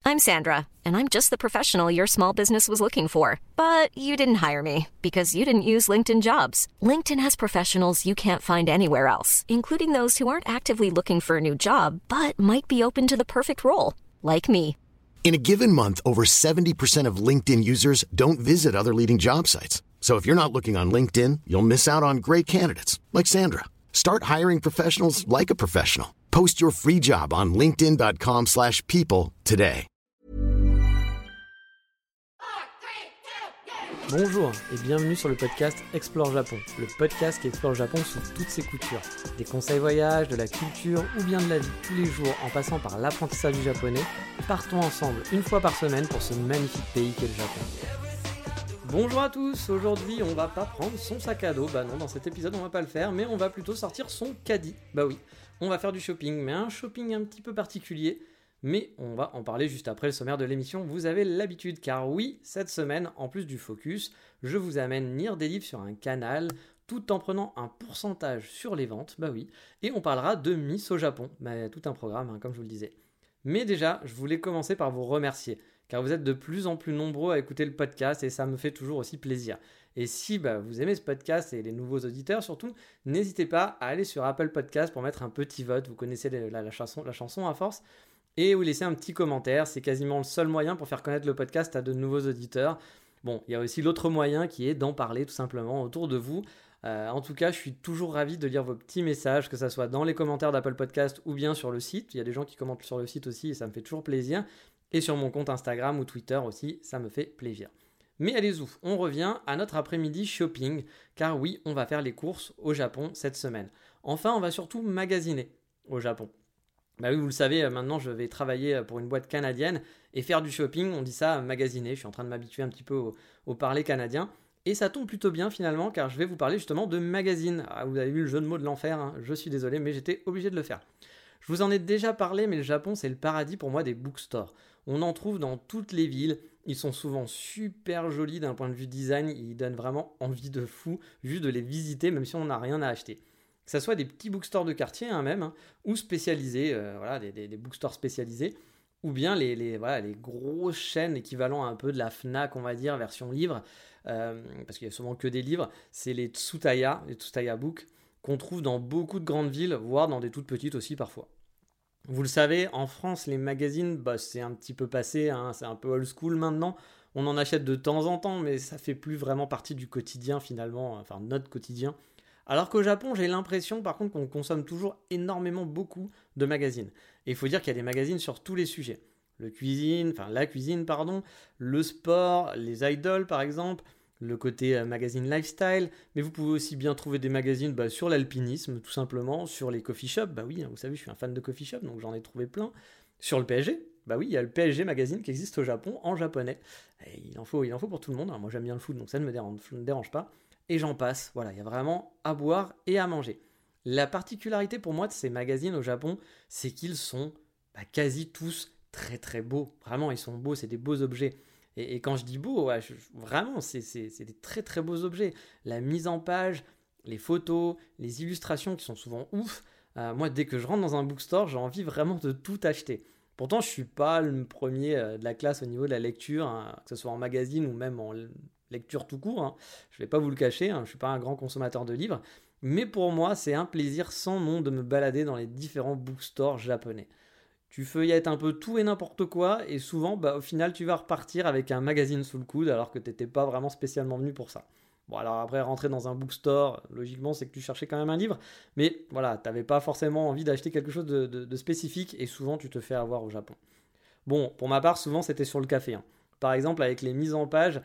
I'm Sandra, and I'm just the professional your small business was looking for. But you didn't hire me because you didn't use LinkedIn Jobs. LinkedIn has professionals you can't find anywhere else, including those who aren't actively looking for a new job, but might be open to the perfect role, like me. In a given month, over 70% of LinkedIn users don't visit other leading job sites. So if you're not looking on LinkedIn, you'll miss out on great candidates like Sandra. Start hiring professionals like a professional. Post your free job on linkedin.com/people today. Bonjour et bienvenue sur le podcast Explore Japon, le podcast qui explore le Japon sous toutes ses coutures. Des conseils voyage, de la culture ou bien de la vie tous les jours en passant par l'apprentissage du japonais, partons ensemble une fois par semaine pour ce magnifique pays qu'est le Japon. Bonjour à tous, aujourd'hui on va pas prendre son sac à dos, bah non dans cet épisode on va pas le faire, mais on va plutôt sortir son caddie, bah oui, on va faire du shopping, mais un shopping un petit peu particulier. Mais on va en parler juste après le sommaire de l'émission, vous avez l'habitude, car oui, cette semaine, en plus du focus, je vous amène lire des livres sur un canal, tout en prenant un pourcentage sur les ventes, bah oui, et on parlera de Miss au Japon, bah, tout un programme, comme je vous le disais. Mais déjà, je voulais commencer par vous remercier, car vous êtes de plus en plus nombreux à écouter le podcast, et ça me fait toujours aussi plaisir. Et si vous aimez ce podcast et les nouveaux auditeurs surtout, n'hésitez pas à aller sur Apple Podcast pour mettre un petit vote, vous connaissez la chanson à force, et vous laissez un petit commentaire, c'est quasiment le seul moyen pour faire connaître le podcast à de nouveaux auditeurs. Bon, il y a aussi l'autre moyen qui est d'en parler tout simplement autour de vous. En tout cas, je suis toujours ravi de lire vos petits messages, que ce soit dans les commentaires d'Apple Podcast ou bien sur le site. Il y a des gens qui commentent sur le site aussi et ça me fait toujours plaisir. Et sur mon compte Instagram ou Twitter aussi, ça me fait plaisir. Mais allez-y, on revient à notre après-midi shopping, car oui, on va faire les courses au Japon cette semaine. Enfin, on va surtout magasiner au Japon. Bah oui, vous le savez, maintenant je vais travailler pour une boîte canadienne et faire du shopping, on dit ça magasiner, je suis en train de m'habituer un petit peu au parler canadien. Et ça tombe plutôt bien finalement, car je vais vous parler justement de magazine. Ah, vous avez vu le jeu de mots de l'enfer, hein, je suis désolé, mais j'étais obligé de le faire. Je vous en ai déjà parlé, mais le Japon c'est le paradis pour moi des bookstores. On en trouve dans toutes les villes, ils sont souvent super jolis d'un point de vue design, ils donnent vraiment envie de fou juste de les visiter même si on n'a rien à acheter. Que ce soit des petits bookstores de quartier même, ou spécialisés, des bookstores spécialisés, ou bien les grosses chaînes équivalent un peu de la Fnac, on va dire, version livre, parce qu'il n'y a souvent que des livres, c'est les Tsutaya Book, qu'on trouve dans beaucoup de grandes villes, voire dans des toutes petites aussi parfois. Vous le savez, en France, les magazines, c'est un petit peu passé, c'est un peu old school maintenant, on en achète de temps en temps, mais ça fait plus vraiment partie du quotidien finalement, enfin notre quotidien. Alors qu'au Japon, j'ai l'impression par contre qu'on consomme toujours beaucoup de magazines. Et il faut dire qu'il y a des magazines sur tous les sujets. La cuisine, le sport, les idoles par exemple, le côté magazine lifestyle, mais vous pouvez aussi bien trouver des magazines sur l'alpinisme tout simplement, sur les coffee shops, bah oui, vous savez je suis un fan de coffee shop donc j'en ai trouvé plein, sur le PSG, bah oui il y a le PSG magazine qui existe au Japon en japonais, et il en faut pour tout le monde, alors moi j'aime bien le foot donc ça ne me dérange pas. Et j'en passe, voilà, il y a vraiment à boire et à manger. La particularité pour moi de ces magazines au Japon, c'est qu'ils sont quasi tous très très beaux. Vraiment, ils sont beaux, c'est des beaux objets. Et quand je dis beau, vraiment, c'est des très très beaux objets. La mise en page, les photos, les illustrations qui sont souvent ouf. Moi, dès que je rentre dans un bookstore, j'ai envie vraiment de tout acheter. Pourtant, je ne suis pas le premier de la classe au niveau de la lecture, que ce soit en magazine ou même en lecture tout court, je ne vais pas vous le cacher, je ne suis pas un grand consommateur de livres, mais pour moi c'est un plaisir sans nom de me balader dans les différents bookstores japonais. Tu feuillettes un peu tout et n'importe quoi, et souvent au final tu vas repartir avec un magazine sous le coude alors que tu n'étais pas vraiment spécialement venu pour ça. Bon alors après rentrer dans un bookstore, logiquement c'est que tu cherchais quand même un livre, mais voilà, tu n'avais pas forcément envie d'acheter quelque chose de spécifique, et souvent tu te fais avoir au Japon. Bon, pour ma part souvent c'était sur le café. Par exemple avec les mises en page,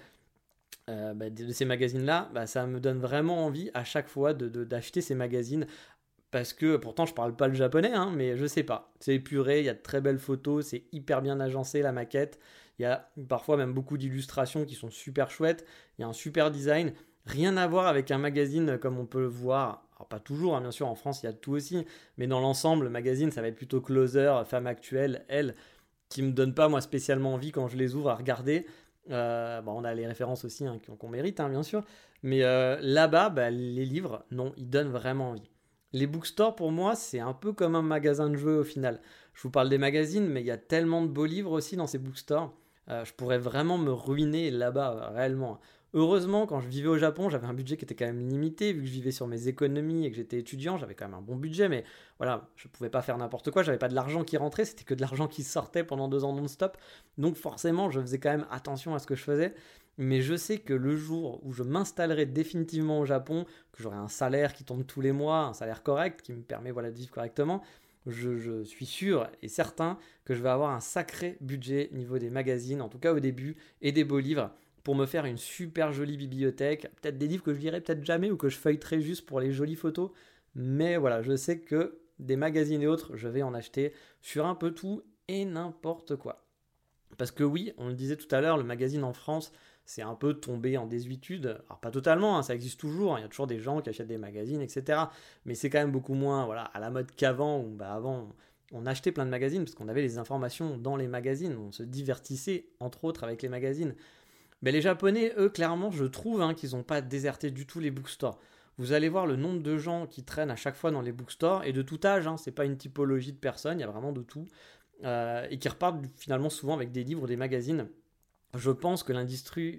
de ces magazines-là, ça me donne vraiment envie à chaque fois d'acheter ces magazines, parce que pourtant je parle pas le japonais, mais je sais pas, c'est épuré, il y a de très belles photos, c'est hyper bien agencé la maquette, il y a parfois même beaucoup d'illustrations qui sont super chouettes, il y a un super design, rien à voir avec un magazine comme on peut le voir, alors pas toujours, bien sûr en France il y a de tout aussi, mais dans l'ensemble le magazine ça va être plutôt Closer, Femme Actuelle, Elle, qui me donnent pas moi spécialement envie quand je les ouvre à regarder. On a les références aussi qu'on mérite bien sûr, mais là-bas les livres non, ils donnent vraiment envie. Les bookstores, pour moi, c'est un peu comme un magasin de jeux au final. Je vous parle des magazines, mais il y a tellement de beaux livres aussi dans ces bookstores. Je pourrais vraiment me ruiner là-bas, réellement. Heureusement, quand je vivais au Japon, j'avais un budget qui était quand même limité, vu que je vivais sur mes économies et que j'étais étudiant, j'avais quand même un bon budget, mais voilà, je pouvais pas faire n'importe quoi, j'avais pas de l'argent qui rentrait, c'était que de l'argent qui sortait pendant 2 ans non-stop, donc forcément, je faisais quand même attention à ce que je faisais, mais je sais que le jour où je m'installerai définitivement au Japon, que j'aurai un salaire qui tombe tous les mois, un salaire correct, qui me permet voilà, de vivre correctement, je suis sûr et certain que je vais avoir un sacré budget niveau des magazines, en tout cas au début, et des beaux livres, pour me faire une super jolie bibliothèque, peut-être des livres que je lirai peut-être jamais ou que je feuilleterai juste pour les jolies photos, mais voilà, je sais que des magazines et autres, je vais en acheter sur un peu tout et n'importe quoi. Parce que oui, on le disait tout à l'heure, le magazine en France, c'est un peu tombé en désuétude. Alors pas totalement, hein, ça existe toujours, il y a toujours des gens qui achètent des magazines, etc. Mais c'est quand même beaucoup moins voilà, à la mode qu'avant, où avant on achetait plein de magazines parce qu'on avait les informations dans les magazines, on se divertissait entre autres avec les magazines. Mais les Japonais, eux, clairement, je trouve qu'ils n'ont pas déserté du tout les bookstores. Vous allez voir le nombre de gens qui traînent à chaque fois dans les bookstores, et de tout âge, c'est pas une typologie de personnes, il y a vraiment de tout, et qui repartent finalement souvent avec des livres ou des magazines. Je pense que l'industrie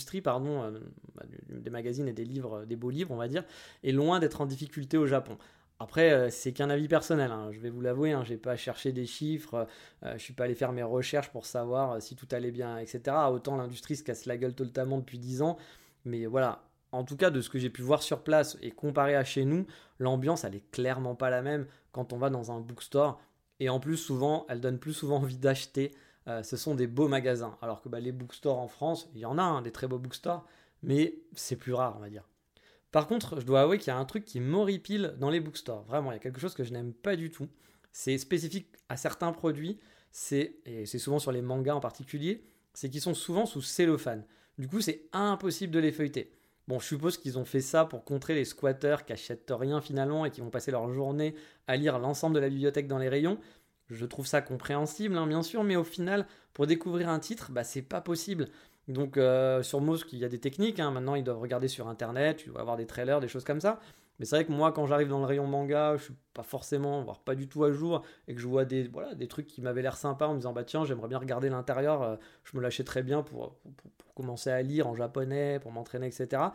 des magazines et des livres, des beaux livres, on va dire, est loin d'être en difficulté au Japon. Après, c'est qu'un avis personnel, je vais vous l'avouer, je n'ai pas cherché des chiffres, je ne suis pas allé faire mes recherches pour savoir si tout allait bien, etc. Autant l'industrie se casse la gueule totalement depuis 10 ans, mais voilà, en tout cas de ce que j'ai pu voir sur place et comparé à chez nous, l'ambiance elle est clairement pas la même quand on va dans un bookstore, et en plus souvent, elle donne plus souvent envie d'acheter. Ce sont des beaux magasins, alors que les bookstores en France, il y en a des très beaux bookstores, mais c'est plus rare on va dire. Par contre, je dois avouer qu'il y a un truc qui m'horripile dans les bookstores. Vraiment, il y a quelque chose que je n'aime pas du tout. C'est spécifique à certains produits, et c'est souvent sur les mangas en particulier, c'est qu'ils sont souvent sous cellophane. Du coup, c'est impossible de les feuilleter. Bon, je suppose qu'ils ont fait ça pour contrer les squatteurs qui achètent rien finalement et qui vont passer leur journée à lire l'ensemble de la bibliothèque dans les rayons. Je trouve ça compréhensible, bien sûr, mais au final, pour découvrir un titre, c'est pas possible. Donc sur Mosk, il y a des techniques, maintenant ils doivent regarder sur internet, tu dois avoir des trailers, des choses comme ça. Mais c'est vrai que moi, quand j'arrive dans le rayon manga, je suis pas forcément, voire pas du tout à jour, et que je vois des trucs qui m'avaient l'air sympas en me disant tiens, j'aimerais bien regarder l'intérieur, je me lâchais très bien pour commencer à lire en japonais, pour m'entraîner, etc.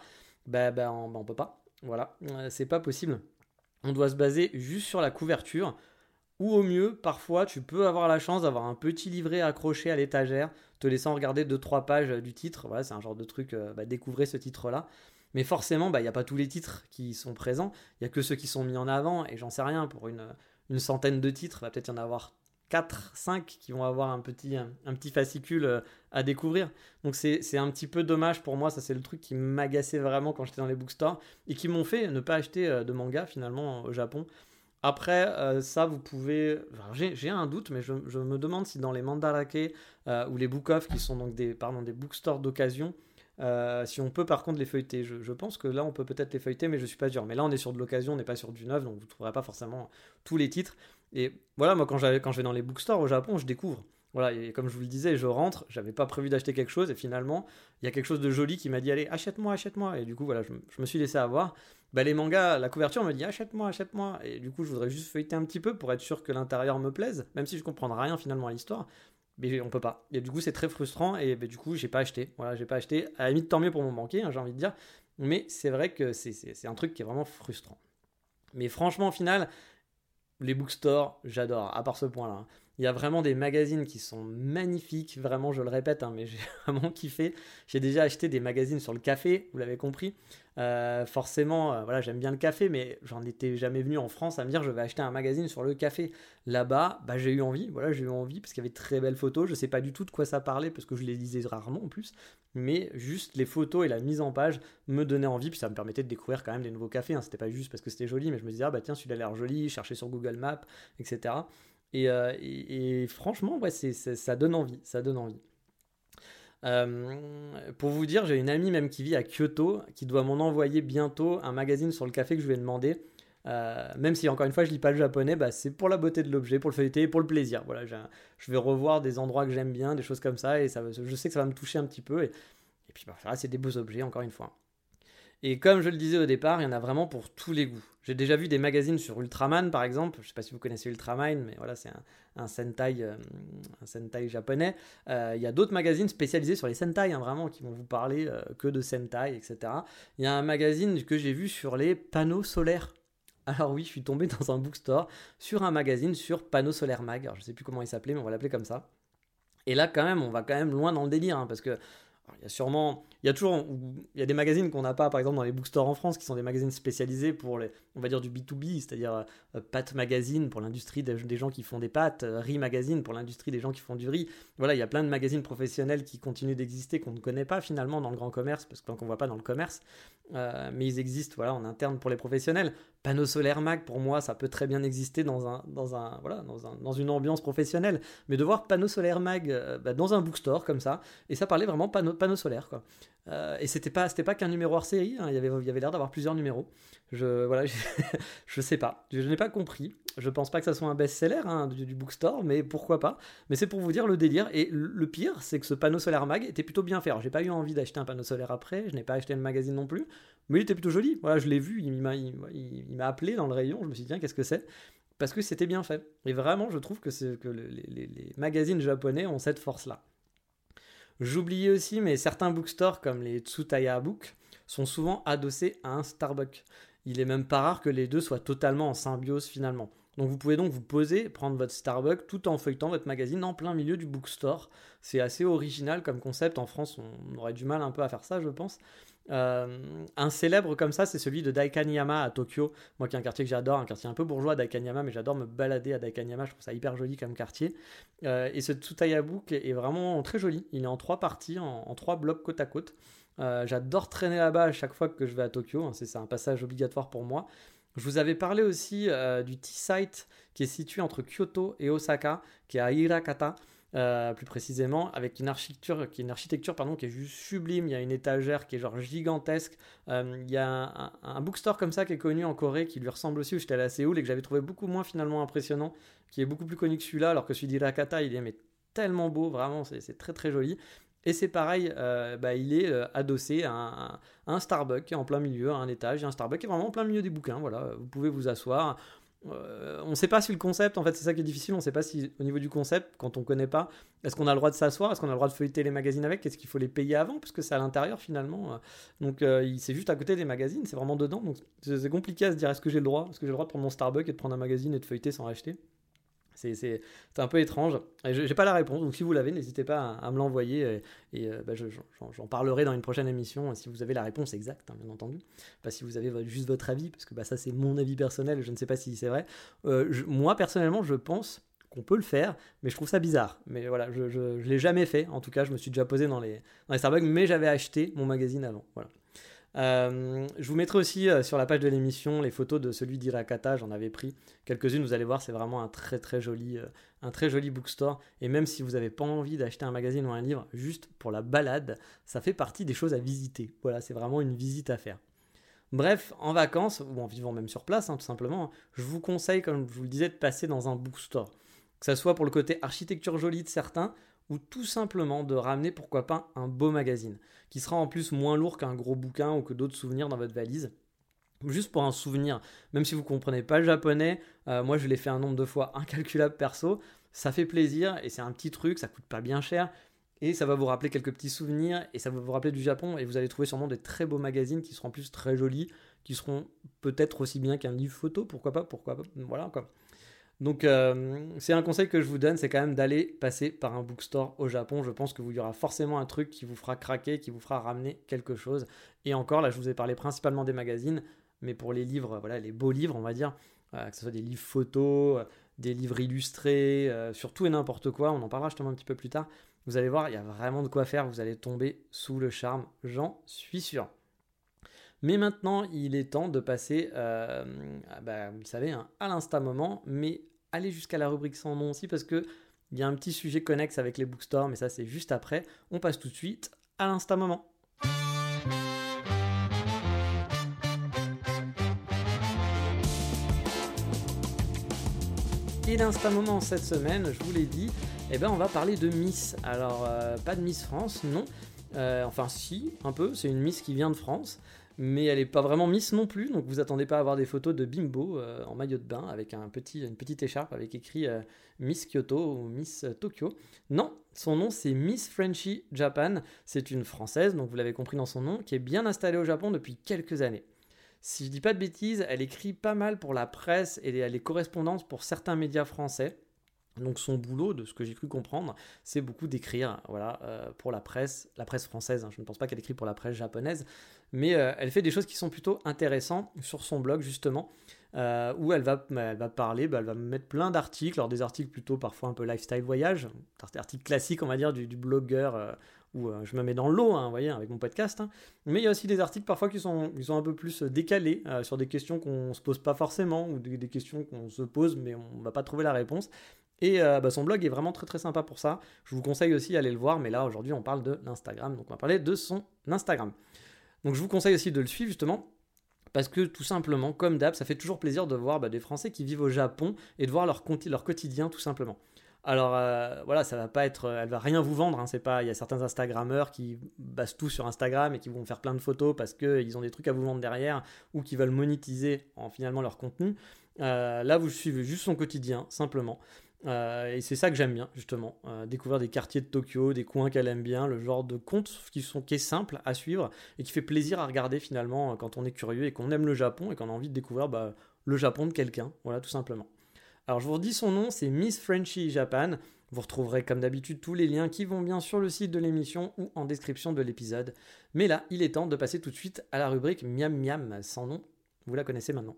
On peut pas, voilà, c'est pas possible. On doit se baser juste sur la couverture. Ou au mieux, parfois, tu peux avoir la chance d'avoir un petit livret accroché à l'étagère, te laissant regarder 2-3 pages du titre. Voilà, c'est un genre de truc, découvrez ce titre-là. Mais forcément, il n'y a pas tous les titres qui sont présents. Il n'y a que ceux qui sont mis en avant. Et j'en sais rien, pour une centaine de titres, peut-être y en avoir 4, 5 qui vont avoir un petit fascicule à découvrir. Donc c'est un petit peu dommage pour moi. Ça, c'est le truc qui m'agaçait vraiment quand j'étais dans les bookstores et qui m'ont fait ne pas acheter de manga finalement au Japon. Après, ça, vous pouvez... Alors, j'ai un doute, mais je me demande si dans les mandarake ou les book-off, qui sont donc des bookstores d'occasion, si on peut par contre les feuilleter. Je pense que là, on peut peut-être les feuilleter, mais je suis pas sûr. Mais là, on est sur de l'occasion, on n'est pas sur du neuf, donc vous ne trouverez pas forcément tous les titres. Et voilà, moi, quand je vais dans les bookstores au Japon, je découvre. Voilà, et comme je vous le disais, je rentre, j'avais pas prévu d'acheter quelque chose, et finalement, il y a quelque chose de joli qui m'a dit, allez, achète-moi. Et du coup, voilà, je me suis laissé avoir. Les mangas, la couverture me dit, achète-moi. Et du coup, je voudrais juste feuilleter un petit peu pour être sûr que l'intérieur me plaise, même si je comprendrai rien finalement à l'histoire. Mais on peut pas. Et du coup, c'est très frustrant, et du coup, j'ai pas acheté. Voilà, j'ai pas acheté. À la limite, tant mieux pour mon banquier, j'ai envie de dire. Mais c'est vrai que c'est un truc qui est vraiment frustrant. Mais franchement, au final, les bookstores, j'adore, à part ce point-là. Il y a vraiment des magazines qui sont magnifiques, vraiment, je le répète, mais j'ai vraiment kiffé. J'ai déjà acheté des magazines sur le café, vous l'avez compris. Forcément, voilà, j'aime bien le café, mais j'en étais jamais venu en France à me dire je vais acheter un magazine sur le café. Là-bas, j'ai eu envie, parce qu'il y avait de très belles photos. Je sais pas du tout de quoi ça parlait, parce que je les lisais rarement en plus, mais juste les photos et la mise en page me donnaient envie, puis ça me permettait de découvrir quand même des nouveaux cafés. C'était pas juste parce que c'était joli, mais je me disais tiens, celui-là a l'air joli, chercher sur Google Maps, etc. Et franchement, ça donne envie, pour vous dire, j'ai une amie même qui vit à Kyoto qui doit m'en envoyer bientôt un magazine sur le café que je lui ai demandé. Même si encore une fois je lis pas le japonais, c'est pour la beauté de l'objet, pour le feuilleter et pour le plaisir. Voilà, je vais revoir des endroits que j'aime bien, des choses comme ça, et je sais que ça va me toucher un petit peu. Et puis c'est des beaux objets encore une fois. Et comme je le disais au départ, il y en a vraiment pour tous les goûts. J'ai déjà vu des magazines sur Ultraman par exemple, je ne sais pas si vous connaissez Ultraman, mais voilà, c'est un Sentai japonais. Il y a d'autres magazines spécialisés sur les Sentai, vraiment, qui vont vous parler que de Sentai, etc. Il y a un magazine que j'ai vu sur les panneaux solaires. Alors oui, je suis tombé dans un bookstore sur un magazine sur panneaux solaires mag. Alors, je ne sais plus comment il s'appelait, mais on va l'appeler comme ça. Et là, quand même, on va quand même loin dans le délire, parce que il y a des magazines qu'on n'a pas, par exemple, dans les bookstores en France, qui sont des magazines spécialisés pour on va dire du B2B, c'est-à-dire pâte magazine pour l'industrie des gens qui font des pâtes, riz magazine pour l'industrie des gens qui font du riz. Voilà, il y a plein de magazines professionnels qui continuent d'exister, qu'on ne connaît pas finalement dans le grand commerce, parce qu'on ne voit pas dans le commerce, mais ils existent, voilà, en interne pour les professionnels. Panneau solaire mag, pour moi, ça peut très bien exister dans une ambiance professionnelle, mais de voir panneau solaire mag dans un bookstore comme ça, et ça parlait vraiment panneau solaire, quoi. Et c'était pas qu'un numéro hors série, il y avait l'air d'avoir plusieurs numéros. Je sais pas, je n'ai pas compris. Je pense pas que ça soit un best-seller du bookstore, mais pourquoi pas. Mais c'est pour vous dire le délire. Et le pire, c'est que ce panneau solaire mag était plutôt bien fait. Alors, j'ai pas eu envie d'acheter un panneau solaire après, je n'ai pas acheté le magazine non plus, mais il était plutôt joli. Voilà, je l'ai vu, il m'a appelé dans le rayon, je me suis dit tiens, qu'est-ce que c'est ? Parce que c'était bien fait. Et vraiment, je trouve que les magazines japonais ont cette force-là. J'oubliais aussi, mais certains bookstores comme les Tsutaya Book sont souvent adossés à un Starbucks. Il est même pas rare que les deux soient totalement en symbiose finalement. Donc vous pouvez donc vous poser, prendre votre Starbucks tout en feuilletant votre magazine en plein milieu du bookstore. C'est assez original comme concept. En France, on aurait du mal un peu à faire ça, je pense. Un célèbre comme ça, c'est celui de Daikanyama à Tokyo. Moi qui est un quartier que j'adore, un quartier un peu bourgeois, Daikanyama, mais j'adore me balader à Daikanyama, je trouve ça hyper joli comme quartier. Et ce Tsutaya Book est vraiment très joli. Il est en 3 parties, en 3 blocs côte à côte. J'adore traîner là-bas à chaque fois que je vais à Tokyo, c'est un passage obligatoire pour moi. Je vous avais parlé aussi du T-Site qui est situé entre Kyoto et Osaka, qui est à Hirakata. Plus précisément, avec une architecture qui est juste sublime. Il y a une étagère qui est genre gigantesque. Il y a un bookstore comme ça qui est connu en Corée, qui lui ressemble aussi, où j'étais allé à Séoul et que j'avais trouvé beaucoup moins finalement impressionnant, qui est beaucoup plus connu que celui-là, alors que celui d'Hirakata, il est mais tellement beau, vraiment, c'est très très joli. Et c'est pareil, il est adossé à un Starbucks qui est en plein milieu, à un étage. Il y a un Starbucks qui est vraiment en plein milieu des bouquins. Voilà, vous pouvez vous asseoir. On ne sait pas si le concept, en fait, c'est ça qui est difficile. On ne sait pas si, au niveau du concept, quand on ne connaît pas, est-ce qu'on a le droit de s'asseoir, est-ce qu'on a le droit de feuilleter les magazines avec, est-ce qu'il faut les payer avant, parce que c'est à l'intérieur finalement. Donc, c'est juste à côté des magazines, c'est vraiment dedans. Donc, c'est compliqué à se dire est-ce que j'ai le droit de prendre mon Starbucks et de prendre un magazine et de feuilleter sans acheter. C'est un peu étrange. Et je n'ai pas la réponse, donc si vous l'avez, n'hésitez pas à me l'envoyer j'en parlerai dans une prochaine émission si vous avez la réponse exacte, bien entendu. Pas si vous avez juste votre avis, parce que ça c'est mon avis personnel, je ne sais pas si c'est vrai. Moi personnellement, je pense qu'on peut le faire, mais je trouve ça bizarre. Mais voilà, je ne l'ai jamais fait. En tout cas, je me suis déjà posé dans les Starbucks, mais j'avais acheté mon magazine avant. Voilà. Je vous mettrai aussi sur la page de l'émission les photos de celui d'Hirakata, j'en avais pris quelques-unes, vous allez voir, c'est vraiment un très joli bookstore, et même si vous n'avez pas envie d'acheter un magazine ou un livre, juste pour la balade, ça fait partie des choses à visiter. Voilà, c'est vraiment une visite à faire. Bref, en vacances, ou en vivant même sur place, tout simplement, je vous conseille, comme je vous le disais, de passer dans un bookstore, que ça soit pour le côté architecture jolie de certains, ou tout simplement de ramener, pourquoi pas, un beau magazine, qui sera en plus moins lourd qu'un gros bouquin ou que d'autres souvenirs dans votre valise. Juste pour un souvenir, même si vous ne comprenez pas le japonais, moi je l'ai fait un nombre de fois incalculable perso, ça fait plaisir et c'est un petit truc, ça coûte pas bien cher, et ça va vous rappeler quelques petits souvenirs, et ça va vous rappeler du Japon, et vous allez trouver sûrement des très beaux magazines qui seront en plus très jolis, qui seront peut-être aussi bien qu'un livre photo, pourquoi pas, voilà quoi. Donc c'est un conseil que je vous donne, c'est quand même d'aller passer par un bookstore au Japon. Je pense qu'il y aura forcément un truc qui vous fera craquer, qui vous fera ramener quelque chose. Et encore, là je vous ai parlé principalement des magazines, mais pour les livres, voilà, les beaux livres on va dire, que ce soit des livres photos, des livres illustrés, sur tout et n'importe quoi, on en parlera justement un petit peu plus tard. Vous allez voir, il y a vraiment de quoi faire, vous allez tomber sous le charme, j'en suis sûr. Mais maintenant, il est temps de passer, vous le savez, à l'instant moment, mais allez jusqu'à la rubrique sans nom aussi, parce qu'il y a un petit sujet connexe avec les bookstores, mais ça c'est juste après. On passe tout de suite à l'instant moment. Et l'instant moment cette semaine, je vous l'ai dit, on va parler de Miss. Alors, pas de Miss France, non. Enfin si, un peu, c'est une Miss qui vient de France. mais elle n'est pas vraiment Miss non plus, donc vous attendez pas à avoir des photos de Bimbo en maillot de bain avec une petite écharpe avec écrit Miss Kyoto ou Miss Tokyo. Non, son nom c'est Miss Frenchy Japan, c'est une Française, donc vous l'avez compris dans son nom, qui est bien installée au Japon depuis quelques années. Si je dis pas de bêtises, elle écrit pas mal pour la presse et elle est correspondante pour certains médias français. Donc son boulot, de ce que j'ai cru comprendre, c'est beaucoup d'écrire pour la presse française. Je ne pense pas qu'elle écrit pour la presse japonaise, mais elle fait des choses qui sont plutôt intéressantes sur son blog justement, où elle va parler, elle va mettre plein d'articles, alors des articles plutôt parfois un peu lifestyle voyage, des articles classiques on va dire du blogueur, où je me mets dans l'eau, vous voyez, avec mon podcast, mais il y a aussi des articles parfois qui sont un peu plus décalés, sur des questions qu'on ne se pose pas forcément, ou des questions qu'on se pose mais on ne va pas trouver la réponse. Et son blog est vraiment très très sympa pour ça. Je vous conseille aussi d'aller le voir, mais là aujourd'hui on parle de l'Instagram, donc on va parler de son Instagram. Donc je vous conseille aussi de le suivre justement, parce que tout simplement, comme d'hab, ça fait toujours plaisir de voir des Français qui vivent au Japon et de voir leur quotidien tout simplement. Alors ça va pas être, elle va rien vous vendre, c'est pas, il y a certains Instagrammeurs qui basent tout sur Instagram et qui vont faire plein de photos parce qu'ils ont des trucs à vous vendre derrière ou qui veulent monétiser finalement leur contenu. Là vous suivez juste son quotidien simplement. Et c'est ça que j'aime bien justement, découvrir des quartiers de Tokyo, des coins qu'elle aime bien, le genre de compte qui est simple à suivre et qui fait plaisir à regarder finalement quand on est curieux et qu'on aime le Japon et qu'on a envie de découvrir le Japon de quelqu'un, voilà tout simplement. Alors je vous redis son nom, c'est Miss Frenchy Japan. Vous retrouverez comme d'habitude tous les liens qui vont bien sur le site de l'émission ou en description de l'épisode. Mais là, il est temps de passer tout de suite à la rubrique Miam Miam sans nom, vous la connaissez maintenant.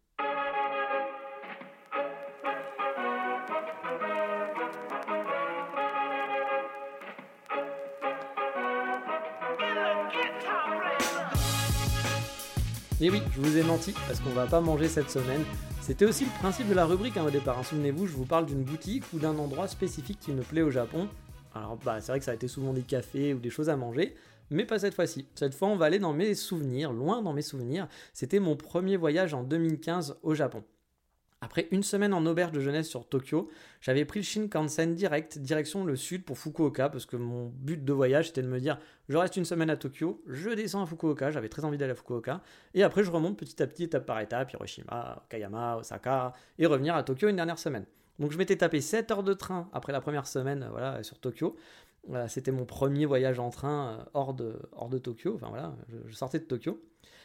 Et oui, je vous ai menti, parce qu'on va pas manger cette semaine. C'était aussi le principe de la rubrique au départ. Souvenez-vous, je vous parle d'une boutique ou d'un endroit spécifique qui me plaît au Japon. Alors c'est vrai que ça a été souvent des cafés ou des choses à manger, mais pas cette fois-ci. Cette fois, on va aller dans mes souvenirs, loin dans mes souvenirs. C'était mon premier voyage en 2015 au Japon. Après une semaine en auberge de jeunesse sur Tokyo, j'avais pris le Shinkansen direction le sud pour Fukuoka, parce que mon but de voyage c'était de me dire je reste une semaine à Tokyo, je descends à Fukuoka, j'avais très envie d'aller à Fukuoka, et après je remonte petit à petit, étape par étape, Hiroshima, Okayama, Osaka, et revenir à Tokyo une dernière semaine. Donc je m'étais tapé 7 heures de train après la première semaine sur Tokyo. C'était mon premier voyage en train hors de Tokyo, je sortais de Tokyo.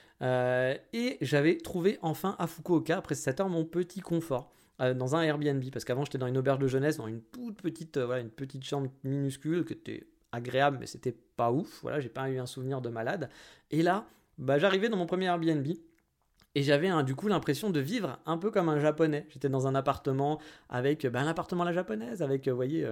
Et j'avais trouvé enfin à Fukuoka, après 7 heures, mon petit confort dans un Airbnb, parce qu'avant j'étais dans une auberge de jeunesse, dans une toute petite, une petite chambre minuscule qui était agréable, mais c'était pas ouf, j'ai pas eu un souvenir de malade. Et là, j'arrivais dans mon premier Airbnb, et j'avais du coup l'impression de vivre un peu comme un japonais. J'étais dans un appartement avec un appartement à la japonaise, avec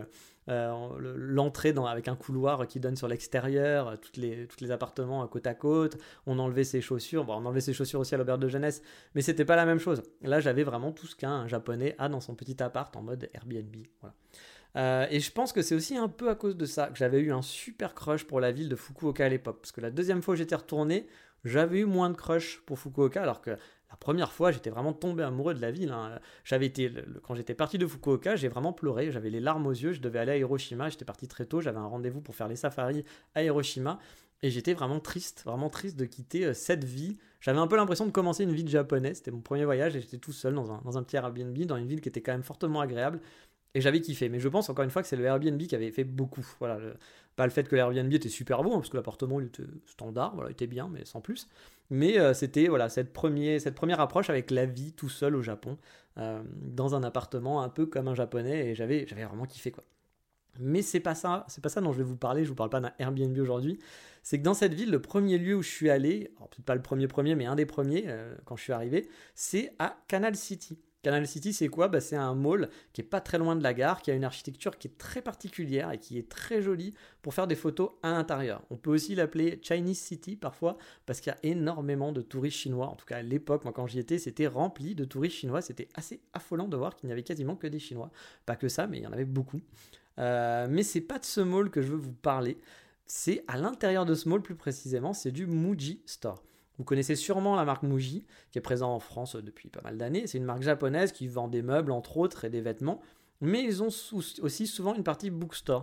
l'entrée avec un couloir qui donne sur l'extérieur, tous les appartements côte à côte. On enlevait ses chaussures, on enlevait ses chaussures aussi à l'auberge de jeunesse, mais c'était pas la même chose. Là, j'avais vraiment tout ce qu'un japonais a dans son petit appart en mode Airbnb. Voilà. Et je pense que c'est aussi un peu à cause de ça que j'avais eu un super crush pour la ville de Fukuoka à l'époque, parce que la deuxième fois où j'étais retourné, j'avais eu moins de crush pour Fukuoka, alors que la première fois, j'étais vraiment tombé amoureux de la ville. Quand j'étais parti de Fukuoka, j'ai vraiment pleuré, j'avais les larmes aux yeux, je devais aller à Hiroshima, j'étais parti très tôt, j'avais un rendez-vous pour faire les safaris à Hiroshima, et j'étais vraiment triste de quitter cette vie. J'avais un peu l'impression de commencer une vie de japonais, c'était mon premier voyage, et j'étais tout seul dans un petit Airbnb, dans une ville qui était quand même fortement agréable. Et j'avais kiffé, mais je pense encore une fois que c'est le Airbnb qui avait fait beaucoup. Pas le fait que l'Airbnb était super beau, parce que l'appartement il était standard, il était bien, mais sans plus. Mais c'était cette première approche avec la vie tout seul au Japon, dans un appartement un peu comme un japonais, et j'avais vraiment kiffé quoi. Mais c'est pas ça dont je vais vous parler. Je vous parle pas d'un Airbnb aujourd'hui. C'est que dans cette ville, le premier lieu où je suis allé, alors peut-être pas le premier, mais un des premiers quand je suis arrivé, c'est à Canal City. Canal City, c'est quoi ? C'est un mall qui est pas très loin de la gare, qui a une architecture qui est très particulière et qui est très jolie pour faire des photos à l'intérieur. On peut aussi l'appeler Chinese City parfois, parce qu'il y a énormément de touristes chinois. En tout cas, à l'époque, moi quand j'y étais, c'était rempli de touristes chinois. C'était assez affolant de voir qu'il n'y avait quasiment que des Chinois. Pas que ça, mais il y en avait beaucoup. Mais c'est pas de ce mall que je veux vous parler. C'est à l'intérieur de ce mall, plus précisément, c'est du Muji Store. Vous connaissez sûrement la marque Muji, qui est présente en France depuis pas mal d'années. C'est une marque japonaise qui vend des meubles, entre autres, et des vêtements. Mais ils ont aussi souvent une partie bookstore.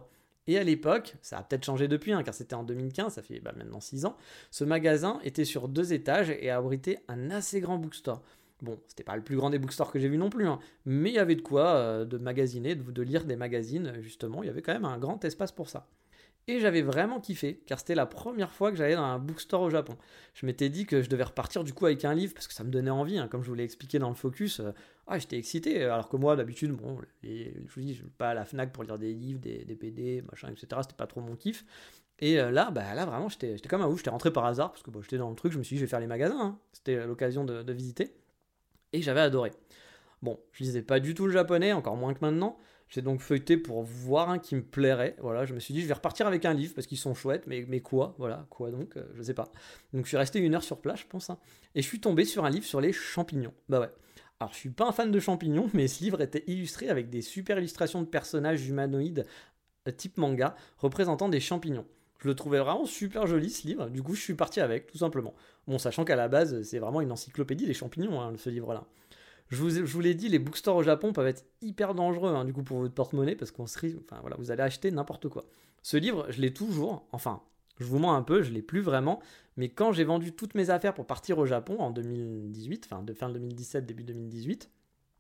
Et à l'époque, ça a peut-être changé depuis, car c'était en 2015, ça fait maintenant 6 ans, ce magasin était sur 2 étages et abritait un assez grand bookstore. Bon, c'était pas le plus grand des bookstores que j'ai vu non plus, mais il y avait de quoi de magasiner, de lire des magazines, justement, il y avait quand même un grand espace pour ça. Et j'avais vraiment kiffé, car c'était la première fois que j'allais dans un bookstore au Japon. Je m'étais dit que je devais repartir du coup avec un livre, parce que ça me donnait envie, comme je vous l'ai expliqué dans le focus. J'étais excité, alors que moi d'habitude, je vous dis, je vais pas à la Fnac pour lire des livres, des PD, machin, etc. C'était pas trop mon kiff. Et là vraiment, j'étais comme un ouf, j'étais rentré par hasard, parce que j'étais dans le truc, je me suis dit, je vais faire les magasins, C'était l'occasion de visiter. Et j'avais adoré. Bon, je lisais pas du tout le japonais, encore moins que maintenant. J'ai donc feuilleté pour voir un qui me plairait. Voilà, je me suis dit, je vais repartir avec un livre parce qu'ils sont chouettes, mais quoi donc, je sais pas. Donc je suis resté 1 heure sur place, je pense. Et je suis tombé sur un livre sur les champignons. Bah ouais. Alors je suis pas un fan de champignons, mais ce livre était illustré avec des super illustrations de personnages humanoïdes type manga représentant des champignons. Je le trouvais vraiment super joli ce livre, du coup je suis parti avec, tout simplement. Bon, sachant qu'à la base, c'est vraiment une encyclopédie des champignons, ce livre-là. Je vous l'ai dit, les bookstores au Japon peuvent être hyper dangereux, du coup, pour votre porte-monnaie, parce qu'on se risque, vous allez acheter n'importe quoi. Ce livre, je l'ai toujours, je vous mens un peu, je l'ai plus vraiment, mais quand j'ai vendu toutes mes affaires pour partir au Japon en 2018, de fin 2017, début 2018,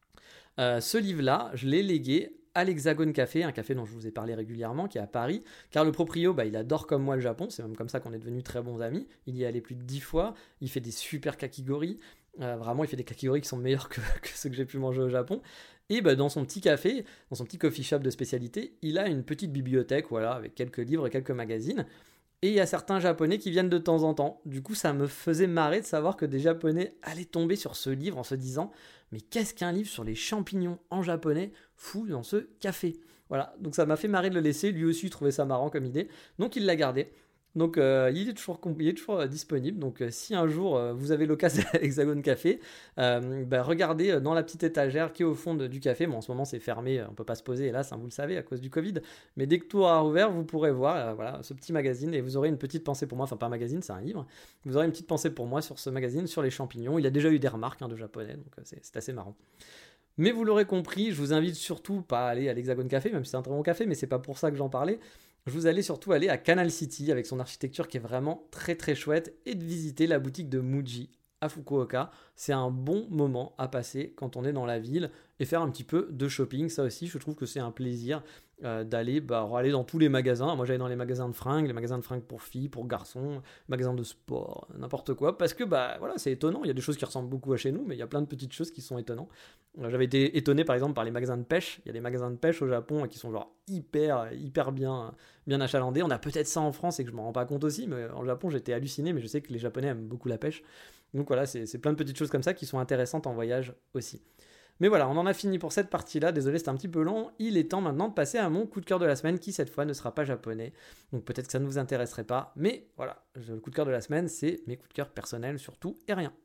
ce livre-là, je l'ai légué à l'Hexagone Café, un café dont je vous ai parlé régulièrement, qui est à Paris, car le proprio, il adore comme moi le Japon, c'est même comme ça qu'on est devenus très bons amis, il y est allé plus de 10 fois, il fait des super kakigori, vraiment il fait des kakigori qui sont meilleurs que ceux que j'ai pu manger au Japon, et dans son petit café, dans son petit coffee shop de spécialité, il a une petite bibliothèque, avec quelques livres et quelques magazines, et il y a certains Japonais qui viennent de temps en temps. Du coup, ça me faisait marrer de savoir que des Japonais allaient tomber sur ce livre en se disant « Mais qu'est-ce qu'un livre sur les champignons en japonais fout dans ce café ?» Voilà, donc ça m'a fait marrer de le laisser. Lui aussi, il trouvait ça marrant comme idée. Donc il l'a gardé. Donc il est toujours disponible. Donc si un jour vous avez l'occasion à l'Hexagone Café, regardez dans la petite étagère qui est au fond du café. Bon, en ce moment c'est fermé, on peut pas se poser hélas, vous le savez à cause du Covid. Mais dès que tout aura ouvert, vous pourrez voir ce petit magazine et vous aurez une petite pensée pour moi. Enfin pas un magazine, c'est un livre. Vous aurez une petite pensée pour moi sur ce magazine, sur les champignons. Il a déjà eu des remarques de japonais, donc c'est assez marrant. Mais vous l'aurez compris, je vous invite surtout pas à aller à l'Hexagone Café, même si c'est un très bon café, mais c'est pas pour ça que j'en parlais. Je vous allais surtout aller à Canal City avec son architecture qui est vraiment très très chouette et de visiter la boutique de Muji à Fukuoka. C'est un bon moment à passer quand on est dans la ville et faire un petit peu de shopping. Ça aussi, je trouve que c'est un plaisir d'aller aller dans tous les magasins. Moi, j'allais dans les magasins de fringues, les magasins de fringues pour filles, pour garçons, magasins de sport, n'importe quoi. Parce que c'est étonnant. Il y a des choses qui ressemblent beaucoup à chez nous, mais il y a plein de petites choses qui sont étonnantes. J'avais été étonné par exemple par les magasins de pêche. Il y a des magasins de pêche au Japon qui sont genre hyper bien achalandés. On a peut-être ça en France et que je m'en rends pas compte aussi, mais en Japon j'étais halluciné. Mais je sais que les Japonais aiment beaucoup la pêche. Donc voilà, c'est plein de petites choses comme ça qui sont intéressantes en voyage aussi. Mais voilà, on en a fini pour cette partie-là. Désolé, c'était un petit peu long. Il est temps maintenant de passer à mon coup de cœur de la semaine qui, cette fois, ne sera pas japonais. Donc peut-être que ça ne vous intéresserait pas. Mais voilà, le coup de cœur de la semaine, c'est mes coups de cœur personnels sur tout et rien.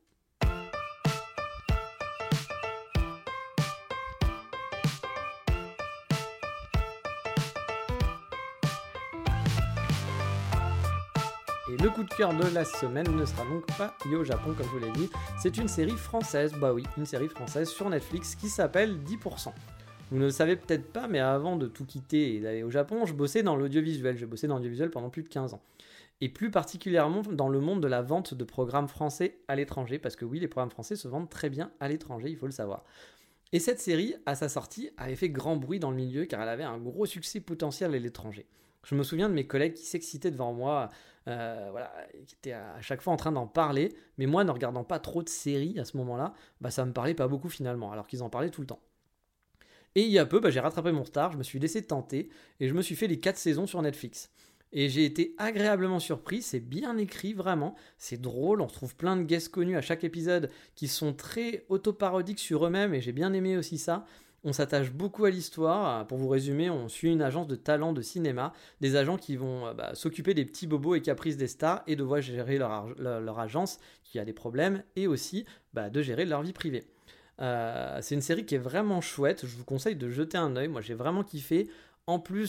Et le coup de cœur de la semaine ne sera donc pas Yo Japon, comme je vous l'ai dit. C'est une série française, une série française sur Netflix qui s'appelle 10%. Vous ne le savez peut-être pas, mais avant de tout quitter et d'aller au Japon, je bossais dans l'audiovisuel. J'ai bossé dans l'audiovisuel pendant plus de 15 ans. Et plus particulièrement dans le monde de la vente de programmes français à l'étranger, parce que oui, les programmes français se vendent très bien à l'étranger, il faut le savoir. Et cette série, à sa sortie, avait fait grand bruit dans le milieu car elle avait un gros succès potentiel à l'étranger. Je me souviens de mes collègues qui s'excitaient devant moi, qui étaient à chaque fois en train d'en parler, mais moi, ne regardant pas trop de séries à ce moment-là, ça me parlait pas beaucoup finalement, alors qu'ils en parlaient tout le temps. Et il y a peu, j'ai rattrapé mon retard, je me suis laissé tenter, et je me suis fait les 4 saisons sur Netflix. Et j'ai été agréablement surpris, c'est bien écrit vraiment, c'est drôle, on retrouve plein de guests connus à chaque épisode qui sont très autoparodiques sur eux-mêmes, et j'ai bien aimé aussi ça. On s'attache beaucoup à l'histoire. Pour vous résumer, on suit une agence de talent de cinéma, des agents qui vont s'occuper des petits bobos et caprices des stars et devoir gérer leur agence qui a des problèmes et aussi de gérer leur vie privée. C'est une série qui est vraiment chouette, je vous conseille de jeter un œil, moi j'ai vraiment kiffé. En plus,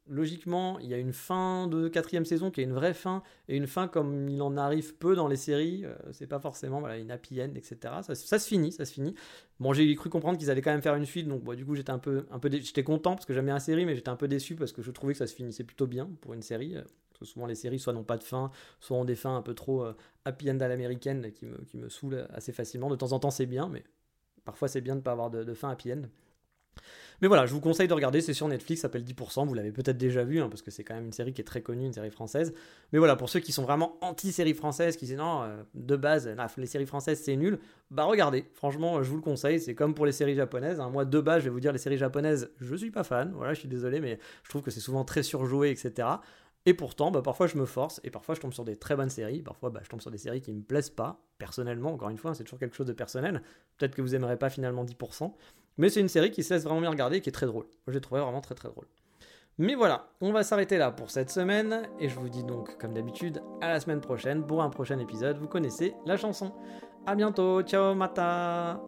logiquement, il y a une fin de 4e saison qui est une vraie fin, et une fin comme il en arrive peu dans les séries, c'est pas forcément une happy end, etc. Ça se finit. Bon, j'ai cru comprendre qu'ils allaient quand même faire une suite, donc du coup j'étais un peu j'étais content parce que j'aime bien la série, mais j'étais un peu déçu parce que je trouvais que ça se finissait plutôt bien pour une série. Parce que souvent les séries soit n'ont pas de fin, soit ont des fins un peu trop happy end à l'américaine qui me saoulent assez facilement. De temps en temps c'est bien, mais parfois c'est bien de ne pas avoir de fin happy end. Mais voilà, je vous conseille de regarder, c'est sur Netflix, ça s'appelle 10%, vous l'avez peut-être déjà vu, parce que c'est quand même une série qui est très connue, une série française. Mais voilà, pour ceux qui sont vraiment anti-série française, qui disent non, de base, les séries françaises c'est nul, regardez, franchement, je vous le conseille, c'est comme pour les séries japonaises. Moi, de base, je vais vous dire, les séries japonaises, je suis pas fan, voilà, je suis désolé, mais je trouve que c'est souvent très surjoué, etc. Et pourtant, parfois je me force, et parfois je tombe sur des très bonnes séries, parfois je tombe sur des séries qui me plaisent pas, personnellement, encore une fois, c'est toujours quelque chose de personnel, peut-être que vous aimerez pas finalement 10%, mais c'est une série qui se laisse vraiment bien regarder et qui est très drôle. Moi, j'ai trouvé vraiment très très drôle. Mais voilà, on va s'arrêter là pour cette semaine, et je vous dis donc, comme d'habitude, à la semaine prochaine pour un prochain épisode, vous connaissez la chanson. À bientôt, ciao, mata!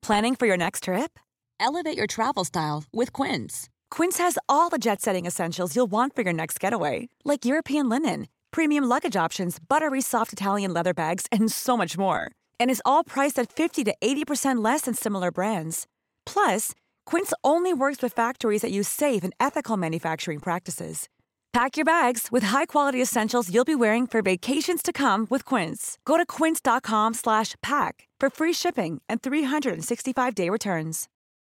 Planning for your next trip? Elevate your travel style with Quince. Quince has all the jet-setting essentials you'll want for your next getaway, like European linen, premium luggage options, buttery soft Italian leather bags, and so much more. And is all priced at 50 to 80% less than similar brands. Plus, Quince only works with factories that use safe and ethical manufacturing practices. Pack your bags with high-quality essentials you'll be wearing for vacations to come with Quince. Go to quince.com/pack for free shipping and 365-day returns.